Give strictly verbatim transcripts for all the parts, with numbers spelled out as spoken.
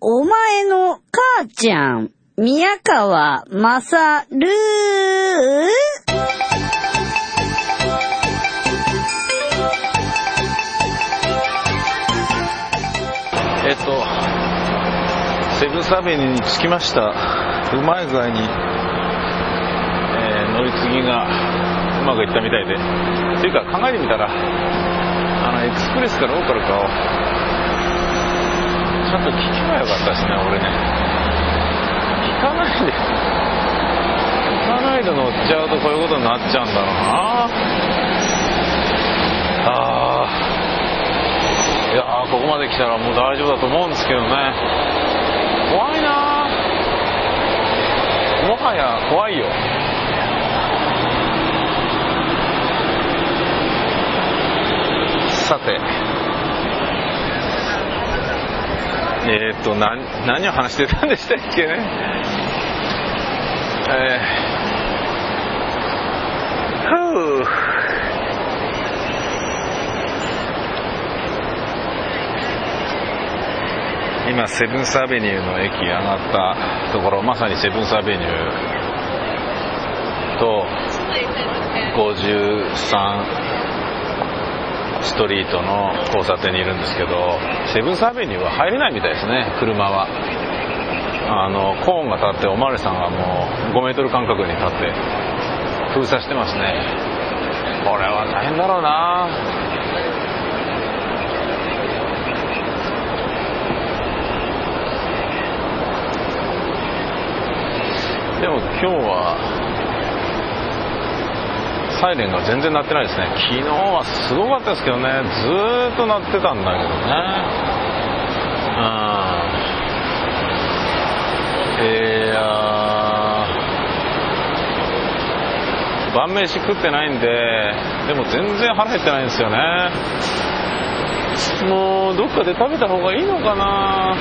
お前の母ちゃん、宮川まさる。 えっとセブンスアベニューに着きました。うまい具合に、えー、乗り継ぎがうまくいったみたいで、というか考えてみたら、あのエクスプレスかローカルかをちゃんと聞けばよかったですね。俺ね、聞かないで聞かないで乗っちゃうとこういうことになっちゃうんだろうな。あーいやー、ここまで来たらもう大丈夫だと思うんですけどね。怖いな、もはや怖いよ。さて、えー、っと何何を話してたんでしたっけね。えー、ふう今セブンスアベニューの駅上がったところ、まさにセブンスアベニューとごじゅうさんストリートの交差点にいるんですけど、セブンスアベニューは入れないみたいですね、車は。あのコーンが立って、おまわりさんがもうごメートル間隔に立って封鎖してますね。これは大変だろうな。でも今日はサイレンが全然鳴ってないですね。昨日はすごかったですけどね、ずーっと鳴ってたんだけどね。うん、えー、晩飯食ってないんで、でも全然腹減ってないんですよね。もうどっかで食べた方がいいのかな。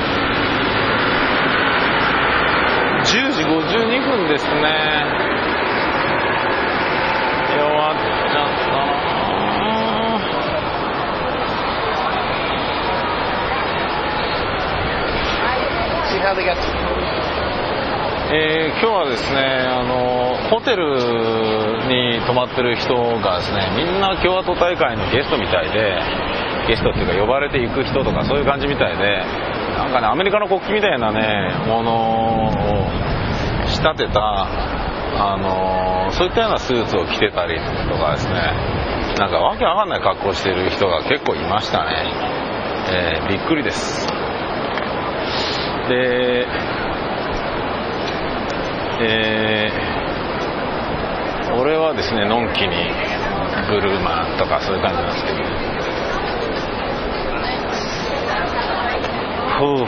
じゅうじごじゅうにふんですね。終わっちゃったな。えー、今日はですね、あのホテルに泊まってる人がですね、みんな共和党大会のゲストみたいで、ゲストっていうか呼ばれていく人とかそういう感じみたいで、なんかね、アメリカの国旗みたいなねものを仕立てた、あのー、そういったようなスーツを着てたりとかですね、なんかわけわかんない格好してる人が結構いましたね。えー、びっくりです。で、えー、俺はですね、のんきにブルーマンとかそういう感じなんですけど、ふう、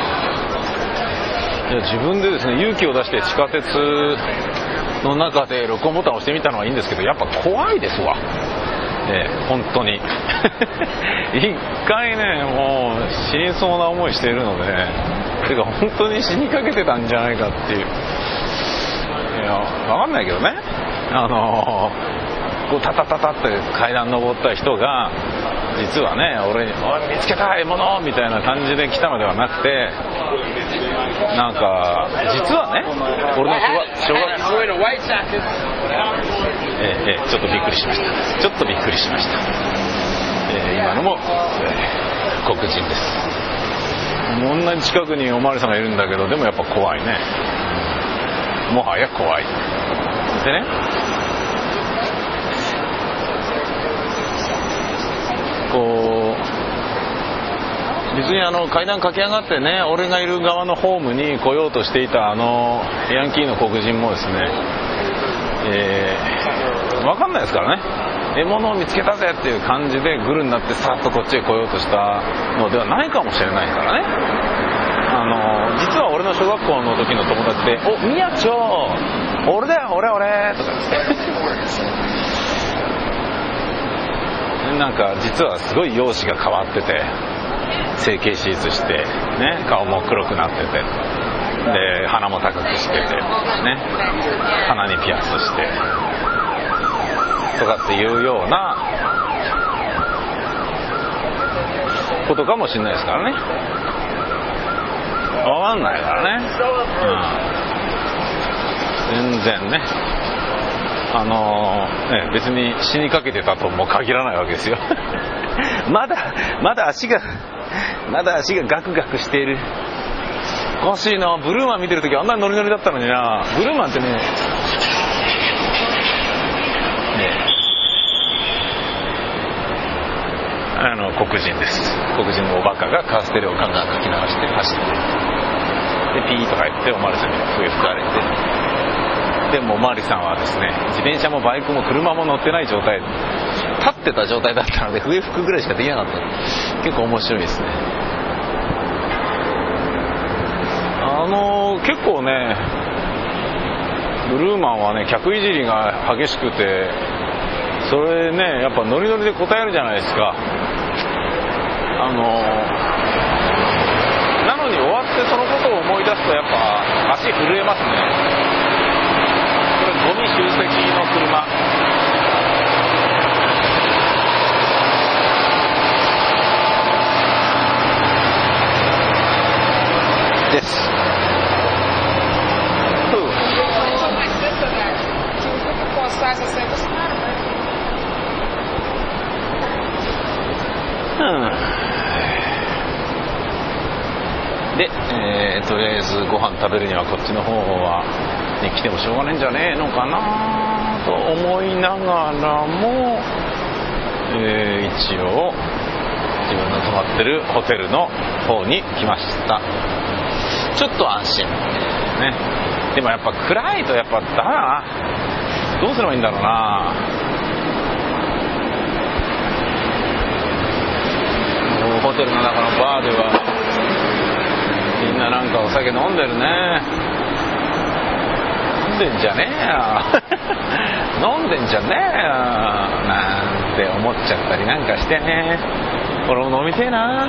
いや自分でですね勇気を出して地下鉄の中で録音ボタンを押してみたのはいいんですけど、やっぱ怖いですわ、えー、本当に一回ねもう死にそうな思いしているので、てか本当に死にかけてたんじゃないかっていう、いや分かんないけどね、あのー、こうタタタタって階段登った人が実はね、俺におい見つけた獲物みたいな感じで来たのではなくて、なんか実はね、俺の小学校えー、えー、ちょっとびっくりしましたちょっとびっくりしました、えー、今のも、えー、黒人です。こんなに近くにおまわりさんがいるんだけど、でもやっぱ怖いね、もはや怖いでね、こう別にあの階段駆け上がってね、俺がいる側のホームに来ようとしていたあのヤンキーの黒人もですね、えー、分かんないですからね、獲物を見つけたぜっていう感じでグルになってさっとこっちへ来ようとしたのではないかもしれないからね。あの実は俺の小学校の時の友達で、お宮町俺だよ俺俺とかなんか実はすごい容姿が変わってて、整形手術してね、顔も黒くなってて、で鼻も高くしててね、鼻にピアスしてとかっていうようなことかもしれないですからね。 かんないからね、うん、全然ね、あのー、ね別に死にかけてたとも限らないわけですよまだまだ足がまだ足がガクガクしている。おかしいな、ブルーマン見てるときあんなにノリノリだったのにな。ブルーマンってね、ねあの黒人です。黒人のおバカがカーステレオをガンガンかき流して走ってでピーとか言っておまわりさんに笛吹かれて、でもおまわりさんはですね自転車もバイクも車も乗ってない状態、立ってた状態だったので笛吹くぐらいしかできなかった。結構面白いですね。あのー、結構ねブルーマンはね客いじりが激しくて、それねやっぱノリノリで答えるじゃないですか。あのー、なのに終わってそのことを思い出すとやっぱ足震えますね。これゴミ集積の車です。うん、で、えー、とりあえずご飯食べるにはこっちの方は、ね、来てもしょうがないんじゃねえのかなと思いながらも、えー、一応自分の泊まってるホテルの方に来ました。ちょっと安心ね。でもやっぱ暗いとやっぱダメだな。どうすればいいんだろうな。ホテルの中のバーではみんななんかお酒飲んでるね。飲んでんじゃねえよ飲んでんじゃねえよなんて思っちゃったりなんかしてね。俺も飲みてえな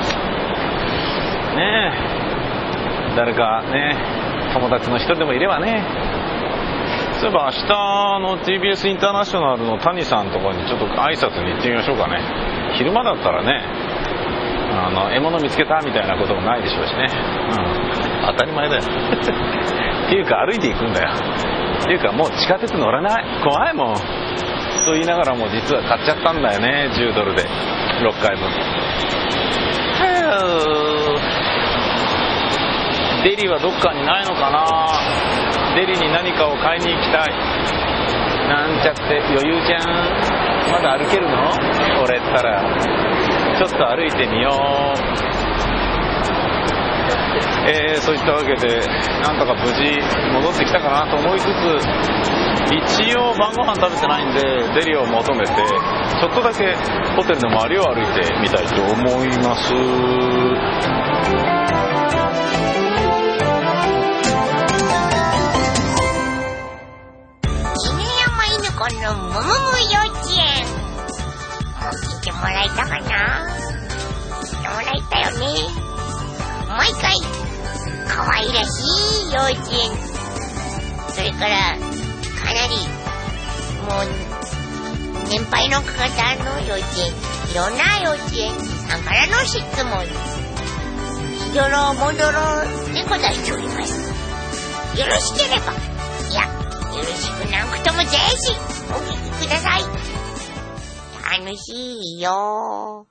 ねえ。誰かね友達の人でもいればね。そういえば明日の ティービーエス インターナショナルの谷さんのところにちょっと挨拶に行ってみましょうかね。昼間だったらねあの獲物見つけたみたいなこともないでしょうしね、うん、当たり前だよっていうか歩いていくんだよ。っていうかもう地下鉄乗らない、怖いもんと言いながらも実は買っちゃったんだよね。じゅうドルでろっかいぶん。デリはどっかにないのかな。デリに何かを買いに行きたい。なんちゃって余裕じゃん。まだ歩けるの俺ったらちょっと歩いてみよう。えー、そういったわけでなんとか無事戻ってきたかなと思いつつ、一応晩ご飯食べてないんでデリを求めてちょっとだけホテルの周りを歩いてみたいと思います。 犬山犬子のむむむ幼稚園、聞いてもらえたかな。聞いてもらえたよね。毎回可愛らしい幼稚園、それからかなりもう年配の方の幼稚園、いろんな幼稚園さんからの質問しどろもどろで答えております。よろしければ、いやよろしくなくともぜひお聞きください。楽しいよ。